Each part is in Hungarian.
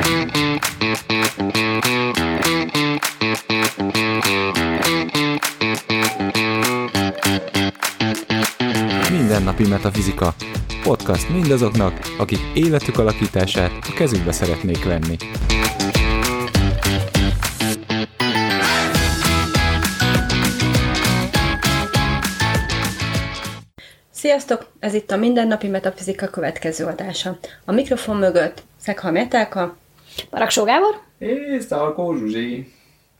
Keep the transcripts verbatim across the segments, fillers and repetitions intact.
Mindennapi Metafizika. Podcast mindazoknak, akik életük alakítását a kezükbe szeretnék venni. Sziasztok! Ez itt a Mindennapi Metafizika következő adása. A mikrofon mögött Szekha Metelka, Paraksó Gábor, és Szalkó Zsuzsi.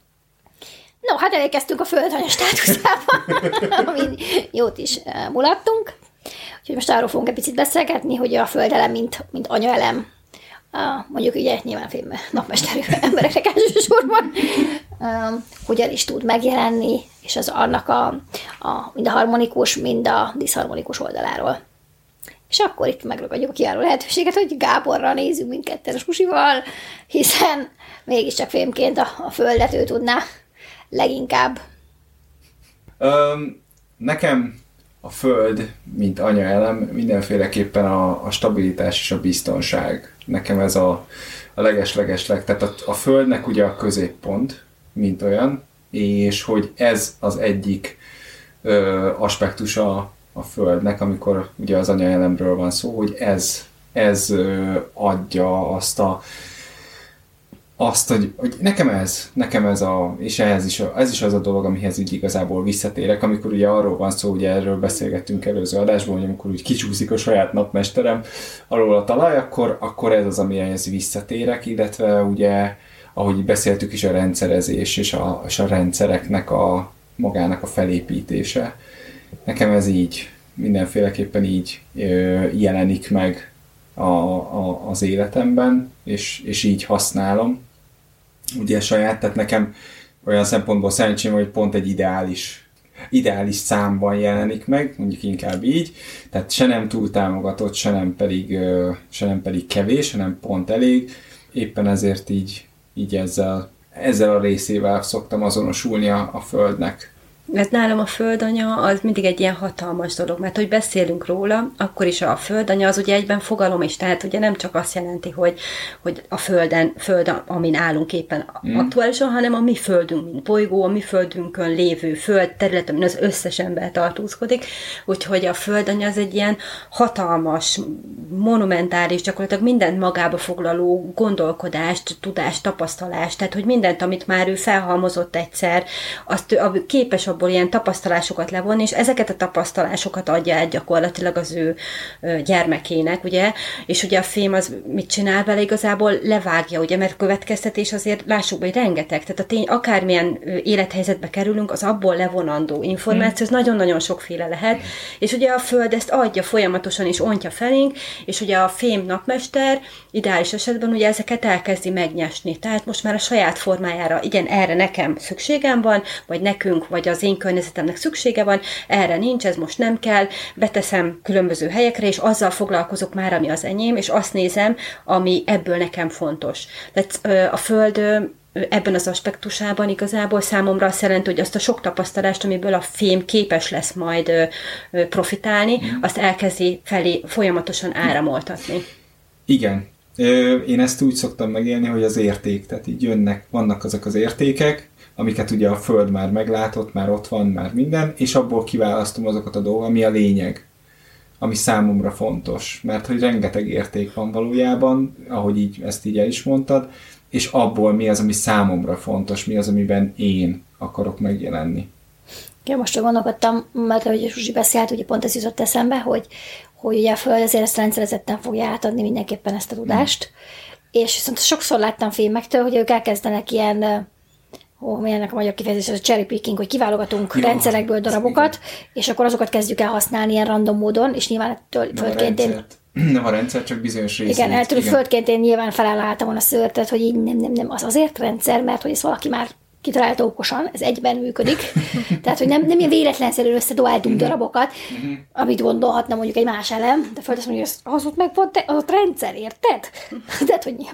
No, hát elérkeztünk a földanya státuszába, amin jót is uh, mulattunk. Úgyhogy most arról fogunk egy picit beszélgetni, hogy a földelem, mint, mint anyaelem, uh, mondjuk ugye nyilván film napmesterű embereknek elsősorban, uh, hogyan is tud megjelenni, és az annak a, a, mind a harmonikus, mind a diszharmonikus oldaláról. És akkor itt megragadjuk a kiváló lehetőséget, hogy Gáborra nézzük mindketten a Susival, hiszen mégiscsak filmként a, a földet ő tudná leginkább. Um, nekem a föld, mint anyaelem, mindenféleképpen a, a stabilitás és a biztonság. Nekem ez a, a leges-legesleg. Tehát a, a földnek ugye a középpont, mint olyan, és hogy ez az egyik ö, aspektusa a földnek, amikor ugye az anyaelemről van szó, hogy ez, ez ö, adja azt a azt, hogy, hogy nekem ez, nekem ez a, és ehhez is, ez is az a dolog, amihez úgy igazából visszatérek, amikor ugye arról van szó, ugye erről beszélgettünk előző adásban, hogy amikor úgy kicsúszik a saját napmesterem alól a talaj, akkor, akkor ez az, amihez visszatérek, illetve ugye, ahogy beszéltük is, a rendszerezés és a, és a rendszereknek a magának a felépítése. Nekem ez így, mindenféleképpen így ö, jelenik meg a, a, az életemben, és, és így használom. Ugye saját, tehát nekem olyan szempontból szerencsém, hogy pont egy ideális, ideális számban jelenik meg, mondjuk inkább így, tehát se nem túl támogatott, se nem pedig, se nem pedig kevés, hanem pont elég. Éppen ezért így, így ezzel, ezzel a részével szoktam azonosulni a, a Földnek. Ez nálam a földanya az mindig egy ilyen hatalmas dolog, mert hogy beszélünk róla, akkor is a földanya az ugye egyben fogalom is, tehát ugye nem csak azt jelenti, hogy, hogy a földen, föld, amin állunk éppen mm. aktuálisan, hanem a mi földünk, mint bolygó, a mi földünkön lévő föld terület, amin az összes ember tartózkodik, úgyhogy a földanya az egy ilyen hatalmas, monumentális, gyakorlatilag mindent magába foglaló gondolkodást, tudást, tapasztalást, tehát hogy mindent, amit már ő felhalmozott egyszer, azt képes a abból ilyen tapasztalásokat levonni, és ezeket a tapasztalásokat adja át gyakorlatilag az ő gyermekének, ugye, és ugye a fém az mit csinál vele igazából? Levágja, ugye, mert következtetés azért lássuk be, hogy rengeteg, tehát a tény, akármilyen élethelyzetbe kerülünk, az abból levonandó információ, ez nagyon-nagyon sokféle lehet, és ugye a Föld ezt adja folyamatosan, és ontja felénk, és ugye a fém napmester ideális esetben ugye ezeket elkezdi megnyesni, tehát most már a saját formájára, igen, erre nekem szükségem van, vagy nekünk, vagy az én környezetemnek szüksége van, erre nincs, ez most nem kell, beteszem különböző helyekre, és azzal foglalkozok már, ami az enyém, és azt nézem, ami ebből nekem fontos. Tehát a Föld ebben az aspektusában igazából számomra azt jelenti, hogy azt a sok tapasztalást, amiből a fém képes lesz majd profitálni, azt elkezdi felé folyamatosan áramoltatni. Igen. Én ezt úgy szoktam megélni, hogy az érték, tehát így jönnek, vannak azok az értékek, amiket ugye a Föld már meglátott, már ott van, már minden, és abból kiválasztom azokat a dolgokat, ami a lényeg, ami számomra fontos. Mert hogy rengeteg érték van valójában, ahogy így, ezt így el is mondtad, és abból mi az, ami számomra fontos, mi az, amiben én akarok megjelenni. Ja, most gondolkodtam, mert ahogy Zsuzsi beszélt, ugye pont ez jutott eszembe, hogy, hogy ugye a Föld azért ezt rendszerezetten fogja átadni mindenképpen ezt a tudást, hmm. és viszont sokszor láttam filmektől, hogy ők elkezdenek ilyen ó, milyennek a magyar kifejezés, ez a cherry picking, hogy kiválogatunk Jó, rendszerekből darabokat, és akkor azokat kezdjük el használni ilyen random módon, és nyilván ettől földként én... Nem a rendszer, csak bizonyos részét. Igen, ettől földként én nyilván felálláltam volna a szőrtet, hogy így nem, nem, nem, az azért rendszer, mert hogy ezt valaki már kitalálta okosan, ez egyben működik. Tehát, hogy nem, nem ilyen véletlenszerűen összedoáltunk darabokat, amit gondolhatna mondjuk egy más elem, de föld azt mondja, hogy az ott meg volt, az ott rendszer, érted? Tehát, hogy nyilván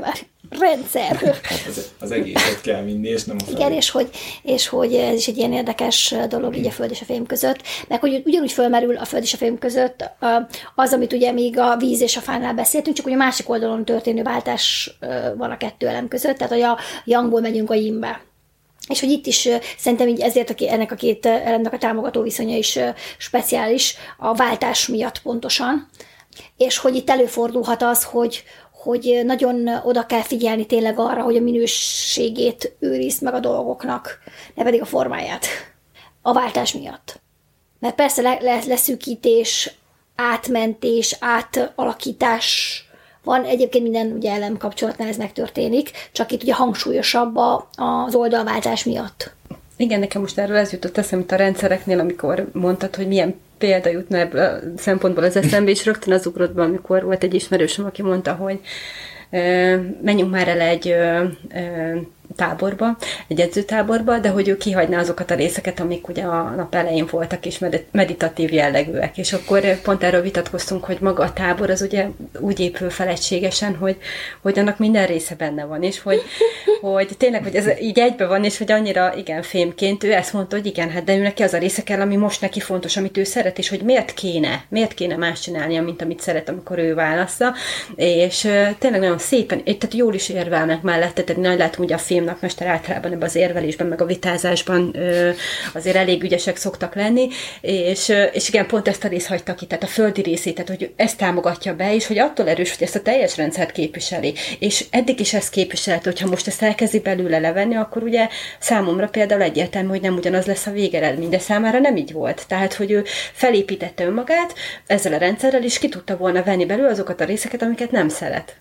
rendszer. Hát az, az egészet kell vinni, és nem a felé. Igen, és hogy, és hogy ez is egy ilyen érdekes dolog így a Föld és a Fém között, meg hogy ugyanúgy fölmerül a Föld és a Fém között az, amit ugye még a víz és a fánál beszéltünk, csak hogy a másik oldalon történő váltás van a kettő elem között, tehát hogy a yangból megyünk a yinbe. És hogy itt is szerintem így ezért ennek a két elemnek a támogató viszonya is speciális a váltás miatt pontosan, és hogy itt előfordulhat az, hogy, hogy nagyon oda kell figyelni tényleg arra, hogy a minőségét őrizd meg a dolgoknak, ne pedig a formáját a váltás miatt. Mert persze le, le, leszűkítés, átmentés, átalakítás van, egyébként minden ugye elem kapcsolatnál ez megtörténik, csak itt ugye hangsúlyosabb a, az oldalváltás miatt. Igen, nekem most erről ez jutott eszembe a rendszereknél, amikor mondtad, hogy milyen példa jutna ebből a szempontból az eszembe, és rögtön az ugrott be, amikor volt egy ismerősöm, aki mondta, hogy ö, menjünk már el egy ö, ö, táborba, egy edzőtáborba, de hogy ő kihagyná azokat a részeket, amik ugye a nap elején voltak, és meditatív jellegűek. És akkor pont erről vitatkoztunk, hogy maga a tábor az ugye úgy épül fel egységesen, hogy, hogy annak minden része benne van, és hogy, hogy tényleg, hogy ez így egybe van, és hogy annyira, igen, fémként, ő ezt mondta, hogy igen, hát de ő neki az a része kell, ami most neki fontos, amit ő szeret, és hogy miért kéne, miért kéne más csinálnia, mint amit szeret, amikor ő válassza, és tényleg nagyon szépen, tehát jól is érvelnek mellette, tehát nagy látom, hogy a filmnakmester általában ebben az érvelésben, meg a vitázásban ö, azért elég ügyesek szoktak lenni, és, és igen, pont ezt a részt hagyta ki, tehát a földi részét, tehát hogy ezt támogatja be, és hogy attól erős, hogy ezt a teljes rendszert képviseli. És eddig is ezt képviselt, hogyha most ezt elkezdi belőle levenni, akkor ugye számomra például egyértelmű, hogy nem ugyanaz lesz a végeredmény, de számára nem így volt. Tehát, hogy ő felépítette önmagát ezzel a rendszerrel, és ki tudta volna venni belőle azokat a részeket, amiket nem szeret.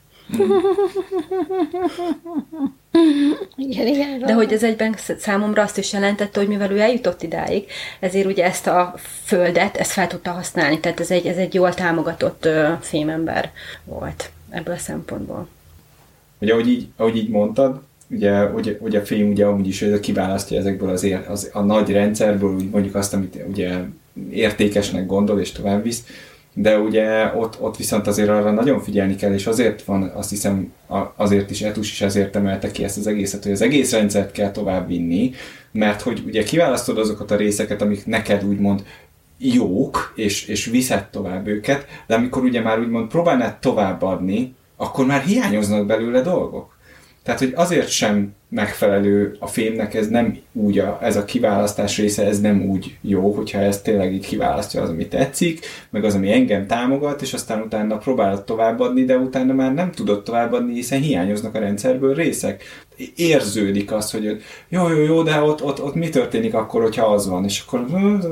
Igen, igen, de hogy ez egyben számomra azt is jelentette, hogy mivel ő eljutott idáig, ezért ugye ezt a földet, ezt fel tudta használni, tehát ez egy, ez egy jól támogatott uh, fémember volt ebből a szempontból. Ugye, ahogy így, ahogy így mondtad, ugye, hogy, hogy a fém ugye amúgy is kiválasztja ezekből az, ér, az a nagy rendszerből, mondjuk azt, amit ugye értékesnek gondol és tovább visz, de ugye ott, ott viszont azért arra nagyon figyelni kell, és azért van, azt hiszem, azért is Etus is ezért emelte ki ezt az egészet, hogy az egész rendszert kell tovább vinni, mert hogy ugye kiválasztod azokat a részeket, amik neked úgymond jók, és, és viszed tovább őket, de amikor ugye már úgymond próbálnád továbbadni, akkor már hiányoznak belőle dolgok. Tehát, hogy azért sem megfelelő a fémnek, ez nem úgy, a, ez a kiválasztás része, ez nem úgy jó, hogyha ez tényleg így kiválasztja az, ami tetszik, meg az, ami engem támogat, és aztán utána próbálod továbbadni, de utána már nem tudod továbbadni, hiszen hiányoznak a rendszerből részek. Érződik az, hogy jó, jó, jó, de ott, ott, ott mi történik akkor, hogyha az van, és akkor...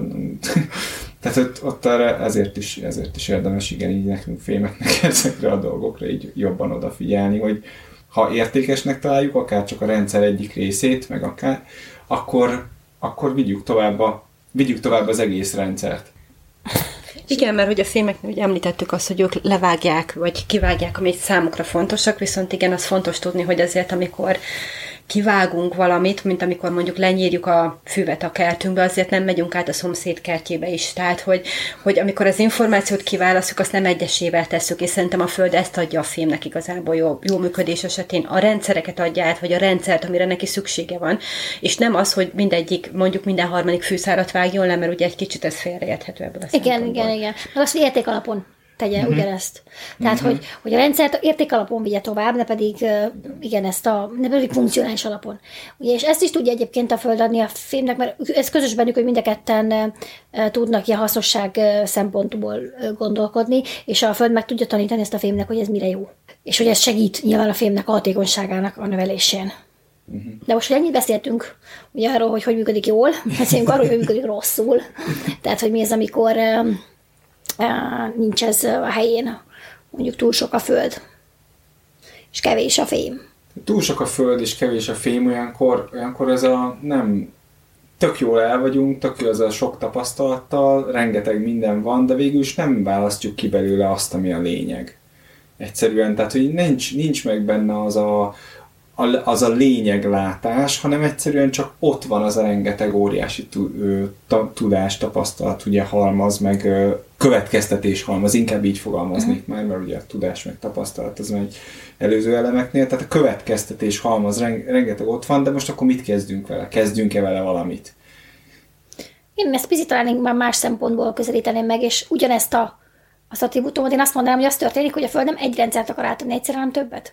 Tehát ott, ott ezért, is, ezért is érdemes, igen, így nekünk fémeknek ezekre a dolgokra így jobban odafigyelni, hogy ha értékesnek találjuk, akár csak a rendszer egyik részét, meg akár, akkor, akkor vigyük tovább, a, vigyük tovább az egész rendszert. Igen, mert hogy a fémeknél ugye említettük azt, hogy ők levágják, vagy kivágják, amik számukra fontosak, viszont igen, az fontos tudni, hogy azért, amikor kivágunk valamit, mint amikor mondjuk lenyírjuk a füvet a kertünkbe, azért nem megyünk át a szomszéd kertjébe is. Tehát, hogy, hogy amikor az információt kiválasztjuk, azt nem egyesével tesszük, és szerintem a Föld ezt adja a fémnek igazából jó, jó működés esetén. A rendszereket adja át, vagy a rendszert, amire neki szüksége van, és nem az, hogy mindegyik, mondjuk minden harmadik fűszárat vágjon le, mert ugye egy kicsit ez félreérthető ebből a igen, szempontból. igen, igen. Meg azt érték alapon tegye uh-huh. ugyanezt. Tehát, uh-huh. hogy, hogy a rendszert érték alapon vigye tovább, ne pedig, igen, ezt a, ne pedig funkcionális alapon. Ugye, és ezt is tudja egyébként a Föld adni a fémnek, mert ez közös bennük, hogy mind a ketten tudnak ilyen hasznosság szempontból gondolkodni, és a Föld meg tudja tanítani ezt a fémnek, hogy ez mire jó. És hogy ez segít nyilván a fémnek a hatékonyságának a növelésén. Uh-huh. De most, hogy ennyit beszéltünk ugye arról, hogy hogy működik jól, beszélünk arról, hogy hogy működik rosszul. Tehát, hogy mi az, amikor nincs ez a helyén, mondjuk túl sok a föld, és kevés a fém. Túl sok a föld, és kevés a fém, olyankor, olyankor ez a nem tök jól el vagyunk, tök jó az a sok tapasztalattal, rengeteg minden van, de végül is nem választjuk ki belőle azt, ami a lényeg. Egyszerűen, tehát, hogy nincs, nincs meg benne az a az a lényeglátás, hanem egyszerűen csak ott van az a rengeteg óriási tudás, tapasztalat, ugye halmaz, meg következtetés halmaz, inkább így fogalmaznék uh-huh. már, mert ugye a tudás meg tapasztalat az egy előző elemeknél, tehát a következtetés halmaz, rengeteg ott van, de most akkor mit kezdünk vele? Kezdjünk-e vele valamit? Én ezt picit talán már más szempontból közelíteném meg, és ugyanezt a, az attribútumot én azt mondanám, hogy az történik, hogy a Föld nem egy rendszert akar átadni egyszer, hanem többet.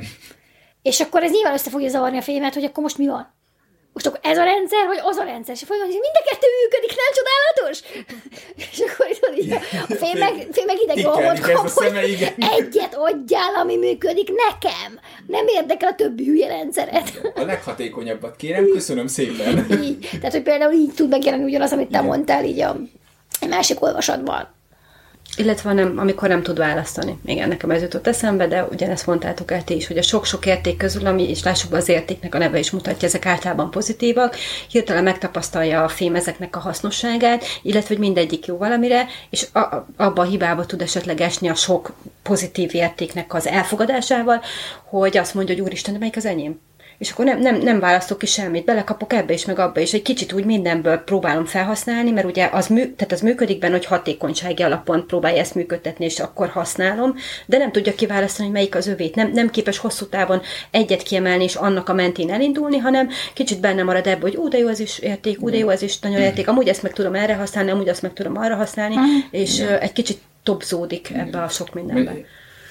És akkor ez nyilván össze fogja zavarni a filmet, hogy akkor most mi van? Most akkor ez a rendszer, vagy az a rendszer? És a folyamán, hogy mind a kettő működik, nem csodálatos? És akkor itt a film meg, film meg ideg dolgot kap, hogy egyet adjál, ami működik nekem. Nem érdekel a többi hülye rendszeret. A leghatékonyabbat kérem, köszönöm szépen. Így. Tehát, hogy például így tud megjelenni ugyanaz, amit te igen. mondtál így a másik olvasatban. Illetve nem, amikor nem tud választani. Igen, nekem ez jutott eszembe, de ugyanezt mondtátok el ti is, hogy a sok-sok érték közül, ami, és lássuk be az értéknek a neve is mutatja, ezek általában pozitívak, hirtelen megtapasztalja a film ezeknek a hasznosságát, illetve hogy mindegyik jó valamire, és a, a, abba a hibába tud esetleg esni a sok pozitív értéknek az elfogadásával, hogy azt mondja, hogy úristen, de melyik az enyém? És akkor nem, nem, nem választok ki semmit, belekapok ebbe is, meg abba is, egy kicsit úgy mindenből próbálom felhasználni, mert ugye az, mű, tehát az működik benne, hogy hatékonysági alapon próbálja ezt működtetni, és akkor használom, de nem tudja kiválasztani, hogy melyik az övét. Nem, nem képes hosszú távon egyet kiemelni, és annak a mentén elindulni, hanem kicsit benne marad ebbe, hogy ú, de jó, ez is érték, ú, de jó, ez is nagyon érték, amúgy ezt meg tudom erre használni, amúgy azt meg tudom arra használni, és igen. egy kicsit tobzódik ebbe a sok mindenben.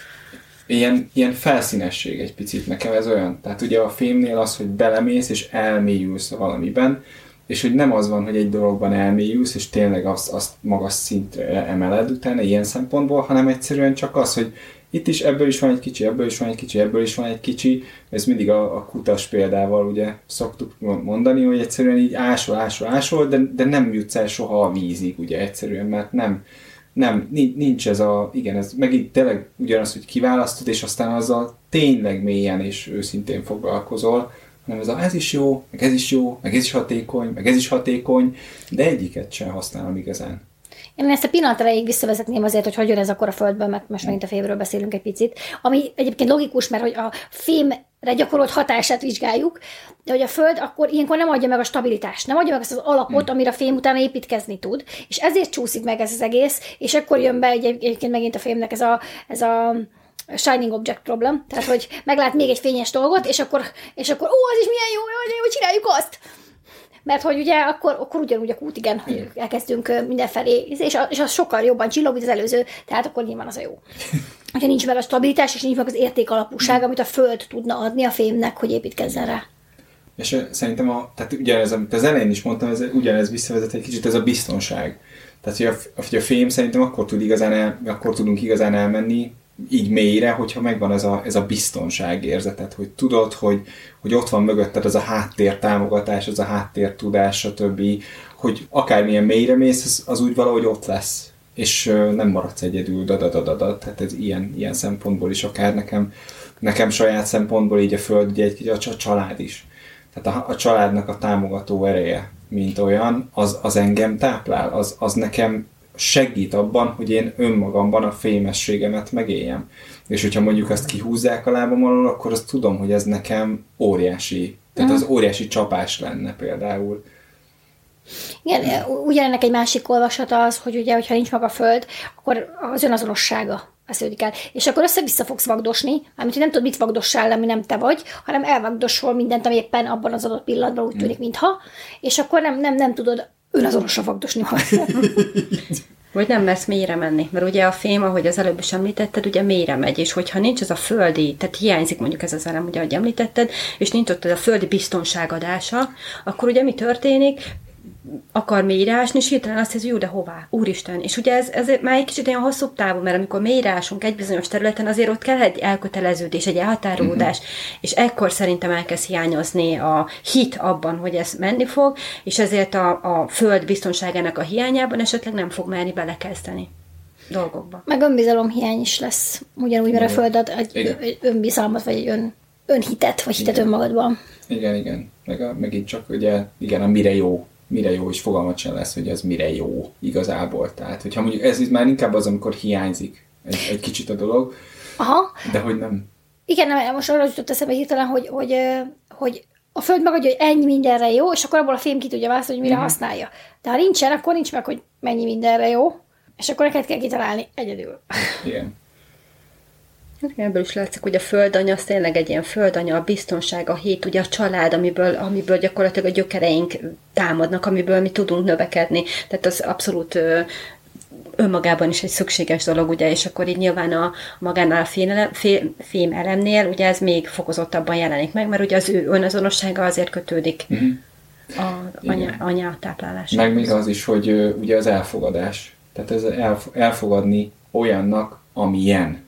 Ilyen, ilyen felszínesség egy picit nekem ez olyan. Tehát ugye a filmnél az, hogy belemész és elmélyülsz valamiben, és hogy nem az van, hogy egy dologban elmélyülsz, és tényleg azt, azt magas szintre emeled utána ilyen szempontból, hanem egyszerűen csak az, hogy itt is ebből is van egy kicsi, ebből is van egy kicsi, ebből is van egy kicsi. Ez mindig a, a kutas példával ugye szoktuk mondani, hogy egyszerűen így ásol, ásol, ásol, de, de nem jutsz el soha a vízig, ugye egyszerűen, mert nem Nem, nincs ez a, igen, ez megint tényleg ugyanaz, hogy kiválasztod, és aztán azzal tényleg mélyen és őszintén foglalkozol, hanem ez a, ez is jó, meg ez is jó, meg ez is hatékony, meg ez is hatékony, de egyiket sem használom igazán. Én ezt a pillanat elejéig visszavezetném azért, hogy hagyjon ez akkor a Földből, mert most megint a filmről beszélünk egy picit, ami egyébként logikus, mert hogy a filmre gyakorolt hatását vizsgáljuk, de hogy a Föld akkor ilyenkor nem adja meg a stabilitást, nem adja meg azt az alapot, amire a film után építkezni tud, és ezért csúszik meg ez az egész, és akkor jön be egy, egyébként megint a filmnek ez a, ez a shining object problem, tehát hogy meglát még egy fényes dolgot, és akkor, és akkor ó, az is milyen jó, jó, jó, csináljuk azt! Mert hogy ugye akkor, akkor ugyanúgy a kút, igen, hogy elkezdünk mindenfelé, és, a, és az sokkal jobban csillog, mint az előző, tehát akkor nyilván az a jó. Hogyha nincs meg a stabilitás, és nincs meg az értékalapúság, amit a Föld tudna adni a filmnek, hogy építkezzen rá. És szerintem, a, tehát ugyanez, amit az elején is mondtam, ez, ugyanez visszavezet egy kicsit, ez a biztonság. Tehát, hogy a, hogy a film szerintem akkor, tud igazán el, akkor tudunk igazán elmenni, így mélyre, hogyha megvan ez a, ez a biztonságérzetet, hogy tudod, hogy, hogy ott van mögötted az a háttér támogatás, az a háttér tudás, stb., hogy akármilyen mélyre mész, az, az úgy valahogy ott lesz, és nem maradsz egyedül, dadadadadad, tehát ez ilyen, ilyen szempontból is akár nekem, nekem saját szempontból így a Föld, ugye egy, a család is. Tehát a, a családnak a támogató ereje, mint olyan, az, az engem táplál, az, az nekem segít abban, hogy én önmagamban a fémességemet megéljem. És hogyha mondjuk azt kihúzzák a lábam alól, akkor azt tudom, hogy ez nekem óriási, tehát az óriási csapás lenne például. Igen, ugyanennek egy másik olvasata az, hogy ugye, hogyha nincs maga a Föld, akkor az önazonossága vesződik el. És akkor össze-vissza fogsz vagdosni, mármint, hogy nem tudod, mit vagdossál, ami nem te vagy, hanem elvagdosol mindent, ami éppen abban az adott pillanatban úgy tűnik, mintha, és akkor nem, nem, nem tudod önazonosra vagdosni. Vagy nem mersz mélyre menni, mert ugye a fém, ahogy az előbb is említetted, ugye mélyre megy, és hogyha nincs az a földi, tehát hiányzik mondjuk ez az elem, ugye, ahogy említetted, és nincs ott az a földi biztonságadása, akkor ugye mi történik? Akar mélyre ásni, és hirtelen azt hisz, hogy jó, de hová? Úristen. És ugye ez, ez már egy kicsit olyan hosszúbb távú, mert amikor mélyre ásunk egy bizonyos területen, azért ott kell egy elköteleződés, egy elhatárolódás, uh-huh. és ekkor szerintem elkezd hiányozni a hit abban, hogy ez menni fog, és ezért a, a föld biztonságának a hiányában esetleg nem fog merni belekezdeni dolgokba. Meg önbizalom hiány is lesz, ugyanúgy, mert a föld ad egy, egy önbizalmat, vagy egy ön, önhitet, vagy hitet igen. önmagadban. Igen, igen. Meg a, megint csak ugye, igen, a mire jó. Mire jó, és fogalmat sem lesz, hogy ez mire jó igazából. Tehát, hogyha mondjuk ez itt már inkább az, amikor hiányzik egy, egy kicsit a dolog, aha. de hogy nem. Igen, nem, most arra jutott eszembe hirtelen, hogy, hogy, hogy a Föld megadja, hogy ennyi mindenre jó, és akkor abból a fém ki tudja választani, hogy mire mm. használja. De ha nincsen, akkor nincs meg, hogy mennyi mindenre jó, és akkor neked kell kitalálni egyedül. Igen. Ebből is látszik, hogy a földanya az tényleg egy ilyen földanya, a biztonság, a hét, ugye a család, amiből, amiből gyakorlatilag a gyökereink támadnak, amiből mi tudunk növekedni. Tehát az abszolút ö, önmagában is egy szükséges dolog, ugye, és akkor így nyilván a magánál a fém, fém, fém elemnél, ugye ez még fokozottabban jelenik meg, mert ugye az ő önazonossága azért kötődik uh-huh. a anya, anya táplálásához. Meg még az is, hogy uh, ugye az elfogadás. Tehát ez elf- elfogadni olyannak, amilyen.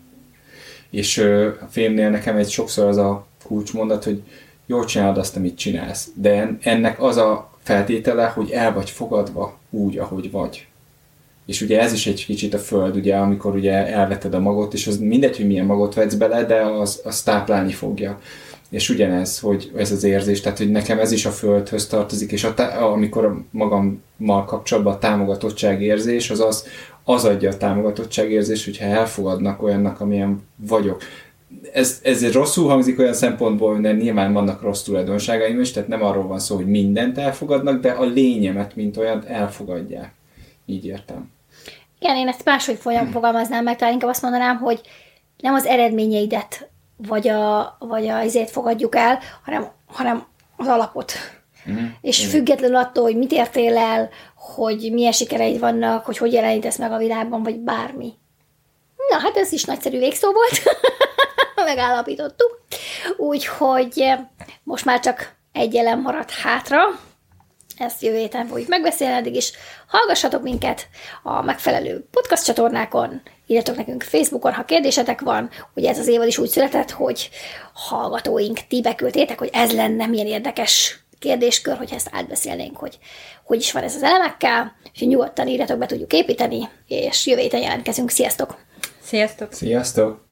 És uh, a fémnél nekem egy sokszor az a kulcsmondat, hogy jól csinálod azt, amit csinálsz. De ennek az a feltétele, hogy el vagy fogadva úgy, ahogy vagy. És ugye ez is egy kicsit a föld, ugye, amikor ugye elveted a magot, és az mindegy, hogy milyen magot vetsz bele, de az, az táplálni fogja. És ugyanez, hogy ez az érzés, tehát hogy nekem ez is a földhöz tartozik, és a tá- amikor magammal kapcsolatban a támogatottságérzés, az, az az adja a támogatottságérzés, hogyha elfogadnak olyannak, amilyen vagyok. Ez, ez rosszul hangzik olyan szempontból, mert nyilván vannak rossz tulajdonságaim is, tehát nem arról van szó, hogy mindent elfogadnak, de a lényemet, mint olyat elfogadják. Így értem. Igen, én ezt máshogy folyam fogalmaznám meg, talán inkább azt mondanám, hogy nem az eredményeidet vagy a, vagy a izét fogadjuk el, hanem, hanem az alapot. Mm-hmm. És mm-hmm. függetlenül attól, hogy mit értél el, hogy milyen sikereid vannak, hogy hogy jelenítesz meg a világban, vagy bármi. Na, hát ez is nagyszerű végszó volt. Megállapítottuk. Úgyhogy most már csak egy elem maradt hátra. Ezt jövő héten fogjuk megbeszélni, addig is hallgassatok minket a megfelelő podcast csatornákon, írjatok nekünk Facebookon, ha kérdésetek van. Ugye ez az évad is úgy született, hogy hallgatóink ti beküldtétek, hogy ez lenne milyen érdekes kérdéskör, hogyha ezt átbeszélnénk, hogy hogy is van ez az elemekkel, és nyugodtan írjatok, be tudjuk építeni, és jövő héten jelentkezünk. Sziasztok! Sziasztok! Sziasztok!